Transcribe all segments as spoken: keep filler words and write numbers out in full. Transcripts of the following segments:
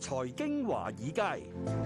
財經華爾街，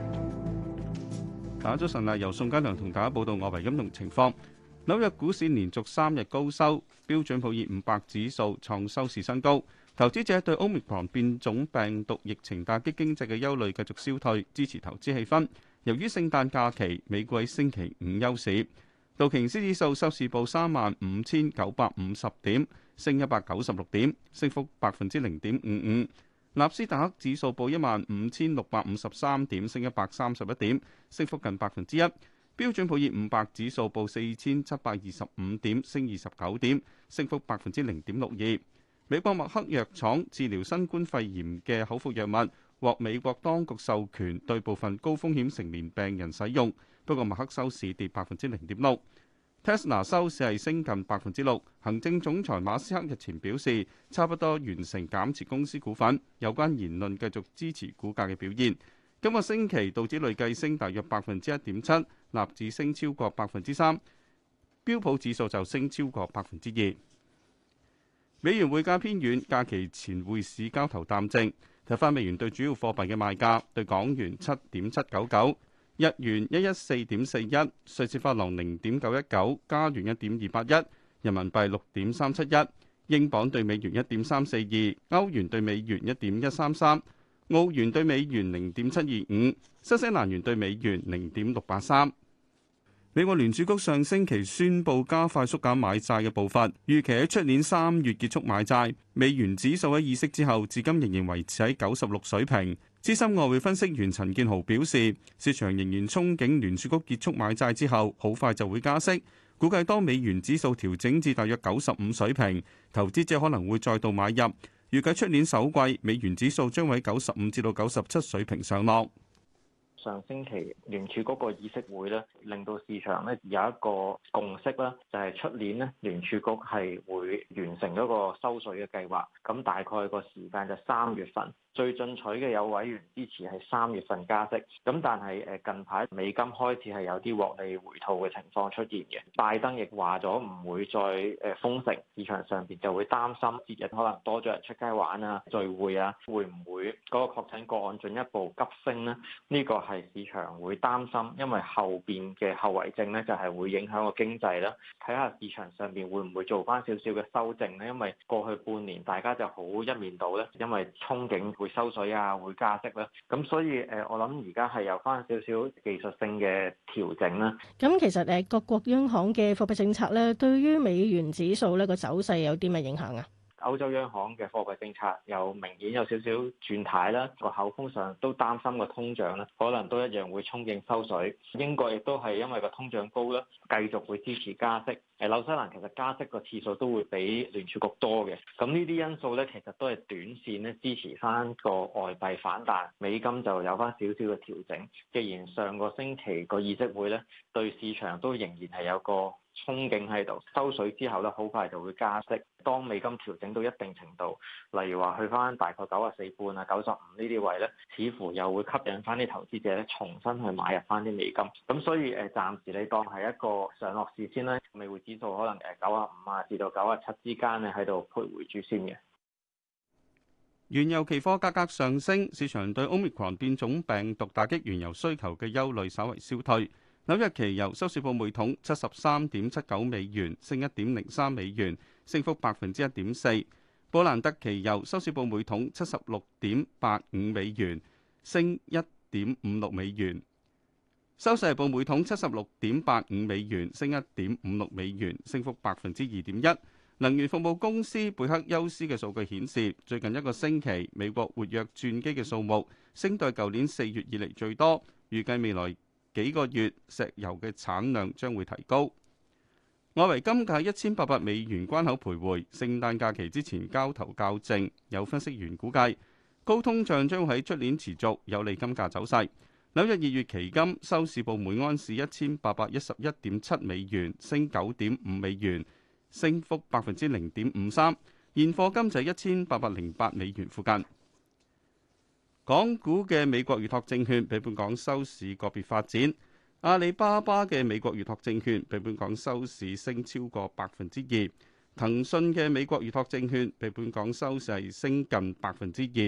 大家早晨啊！由宋嘉良同大家報道外圍金融情況。紐約股市連續三日高收，標準普爾五百指數創收市新高。投資者對 Omicron 變種病毒疫情打擊經濟嘅憂慮繼續消退，支持投資氣氛。由於聖誕假期，美股喺星期五休市。道瓊斯指數收市報三萬五千九百五十點，升一百九十六點，升幅百分之零點五五。納斯達克指數報一萬五千六百五十三點，升一百三十一點，升幅近百分之一。標準普爾五百指數報四千七百二十五點，升二十九點，升幅百分之零點六二。美國默克藥廠治療新冠肺炎嘅口服藥物獲美國當局授權對部分高風險成年病人使用，不過默克收市跌百分之零點六。Tesla 收市係升近百分之六，行政總裁馬斯克日前表示，差不多完成減持公司股份，有關言論繼續支持股價嘅表現。今個星期道指累計升大約百分之一點七，納指升超過百分之三，標普指數就升超過百分之二。美元匯價偏軟，假期前匯市交投淡靜。睇返美元對主要貨幣嘅賣價，對港元七點七九九，日元一一四點四一，瑞士法郎零點九一九，加元一點二八一，人民幣六點三七一，英鎊對美元一點三四二，歐元對美元一點一三三，澳元對美元零點七二五，新西蘭元對美元零點六八三。美國聯儲局上星期宣布加快縮減買債嘅步伐，預期喺出年三月結束買債。美元指數喺議息之後，至今仍然維持喺九十六水平。資深外匯分析員陳建豪表示，市場仍然憧憬聯儲局結束買債之後，好快就會加息。估計當美元指數調整至大約九十五水平，投資者可能會再度買入。預計出年首季美元指數將喺九十五至到九十七水平上落。 上星期聯儲嗰個議息會咧，令到市場咧有一個共識啦，就係出年咧聯儲局係會完成嗰個收水嘅計劃。咁大概個時間就三月份。最進取嘅有委員支持係三月份加息，咁但係誒近排美金開始係有啲獲利回吐嘅情況出現嘅。拜登亦話咗唔會再誒封城，市場上邊就會擔心節日可能多咗人出街玩啊、聚會啊，會唔會嗰個確診個案進一步急升呢？呢個係市場會擔心，因為後邊嘅後遺症咧就係會影響個經濟啦。睇下市場上邊會唔會做翻少少嘅修正呢？因為過去半年大家就好一面倒咧，因為憧憬會收水啊，會加息啦，咁所以誒，我諗而家係有翻少少技術性嘅調整啦。 咁其實誒，各國央行嘅貨幣政策咧，對於美元指數咧個走勢有啲咩影響啊？ 歐洲央行嘅貨幣政策有明顯有少少轉態啦，個口風上都擔心個通脹咧，可能都一樣會憧憬收水。英國亦都係因為個通脹高啦，繼續會支持加息。誒紐西蘭其實加息個次數都會比聯儲局多嘅，咁呢啲因素咧其實都係短線咧支持翻個外幣反彈，美金就有翻少少嘅調整。既然上個星期個議息會咧對市場都仍然係有個憧憬喺度，收水之後咧好快就會加息。當美金調整到一定程度，例如話去翻大概九十四半啊、九十五呢啲位咧，似乎又會吸引翻啲投資者咧重新去買入翻啲美金。咁所以誒，暫時你當係一個上落市先啦。美匯指數可能誒九啊五啊至到九啊七之間咧喺度徘徊住先嘅。 原油期貨價格上升，市場對 Omicron 變種病毒打擊原油需求嘅憂慮稍為消退。紐約期油收市報每桶七十三點七九美元，升一點零三美元，升幅百分之一點四。布蘭特期油收市報每桶七十六點八五美元，升一點五六美元。收市報每桶七十六點八五美元，升一點五六美元，升幅百分之二點一。能源服務公司貝克休斯嘅數據顯示，最近一個星期美國活躍鑽機嘅數目升到舊年四月以嚟最多，預計未來幾個月石油嘅產量將會提高。外圍金價一千八百美元關口徘徊，聖誕假期之前交投較靜。有分析員估計，高通脹將會喺出年持續，有利金價走勢。紐約二月期金收市報每安士一千八百一十一點七美元，升九點五美元，升幅百分之零點五三。現貨金就喺一千八百零八美元附近。港股嘅美國預託證券比本港收市個別發展。阿里巴巴嘅美國預託證券比本港收市升超過百分之二。騰訊嘅美國預託證券比本港收市係升近百分之二。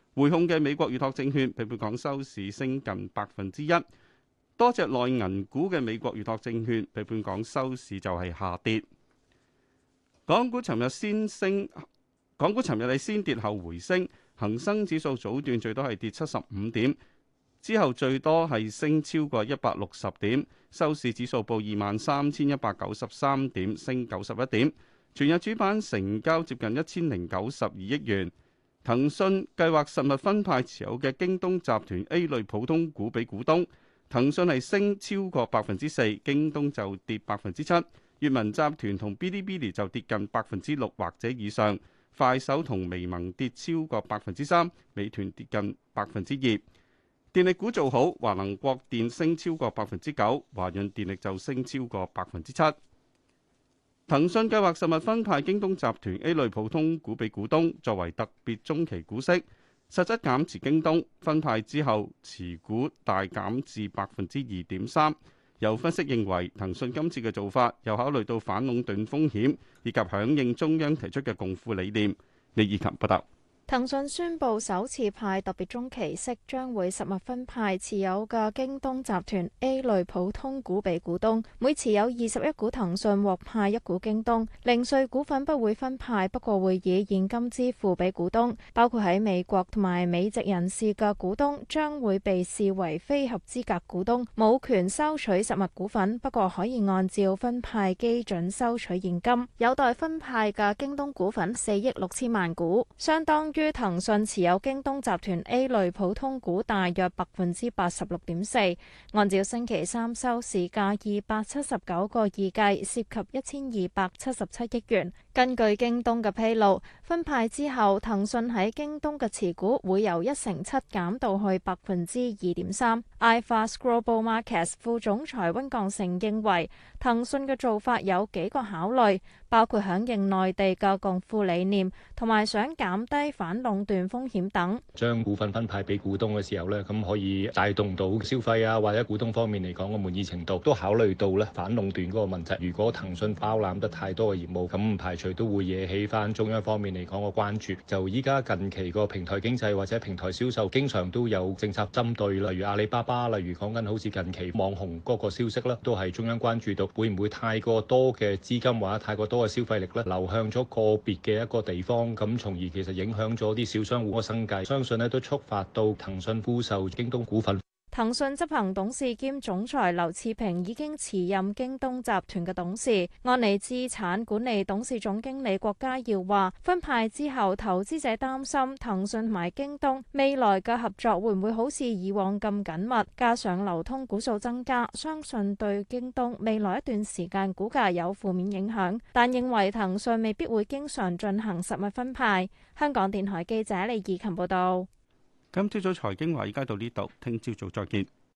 匯控嘅美國預託證券比本港收市升近百分之一，多隻內銀股嘅美國預託證券比本港收市就係下跌。港股尋日先升，港股尋日係先跌後回升，恒生指數早段最多係跌七十五點，之後最多係升超過一百六十點，收市指數報二萬三千一百九十三點，升九十一點。全日主板成交接近一千零九十二億元。騰訊計劃實物分派持有嘅京東集團 A 類普通股俾股東，騰訊係升超過百分之四，京東就跌百分之七。閱文集團同 Bilibili 就跌近百分之六或者以上，快手同微盟跌超過百分之三，美團跌近百分之二。電力股做好，華能國電升超過百分之九，華潤電力就升超過百分之七。騰訊計劃實物分派京東集團 A 類普通股俾股東，作為特別中期股息，實質減持京東，分派之後持股大減至百分之二點三。有分析認為，騰訊今次嘅做法又考慮到反壟斷風險，以及響應中央提出嘅共富理念。李以琴報道。 騰訊宣布首次派特別中期息，將會實物分派持有嘅京東集團 A 類普通股俾股東，每持有二十一股騰訊獲派一股京東。零碎股份不會分派，不過會以現金支付俾股東。包括喺美國同埋美籍人士嘅股東將會被視為非合資格股東，冇權收取實物股份，不過可以按照分派基準收取現金。有待分派嘅京東股份四億六千萬股，相當於於騰訊持有京東集團 A 類普通股大約百分之八十六點四，按照星期三收市價二百七十九個二計，涉及一千二百七十七億元。根據京東嘅披露，分派之後，騰訊喺京東嘅持股會由一成七減到去百分之二點三。iFast Global Markets 副總裁温鋼成認為，騰訊嘅做法有幾個考慮，包括響應內地嘅共富理念，同埋想減低反壟斷風險等。 將股份分派俾股東嘅時候咧，咁可以帶動到消費啊，或者股東方面嚟講嘅滿意程度，都考慮到咧反壟斷嗰個問題。如果騰訊包攬得太多嘅業務，咁唔排除都會惹起翻中央方面嚟講嘅關注。就依家近期個平台經濟或者平台銷售，經常都有政策針對，例如阿里巴巴，例如講緊好似近期網紅嗰個消息啦，都係中央關注到會唔會太過多嘅資金或者太過多嘅消費力咧流向咗個別嘅一個地方，咁從而其實影響咗啲小商戶嘅生計，相信咧都觸發到騰訊沽售京東股份。 騰訊執行董事兼總裁劉熾平已經辭任京東集團嘅董事。安利資產管理董事總經理郭家耀話：分派之後，投資者擔心騰訊同埋京東未來嘅合作會唔會好似以往咁緊密，加上流通股數增加，相信對京東未來一段時間股價有負面影響。但認為騰訊未必會經常進行實物分派。香港電台記者李怡琴報道。 今朝早財經華爾街到呢度，聽朝早再見。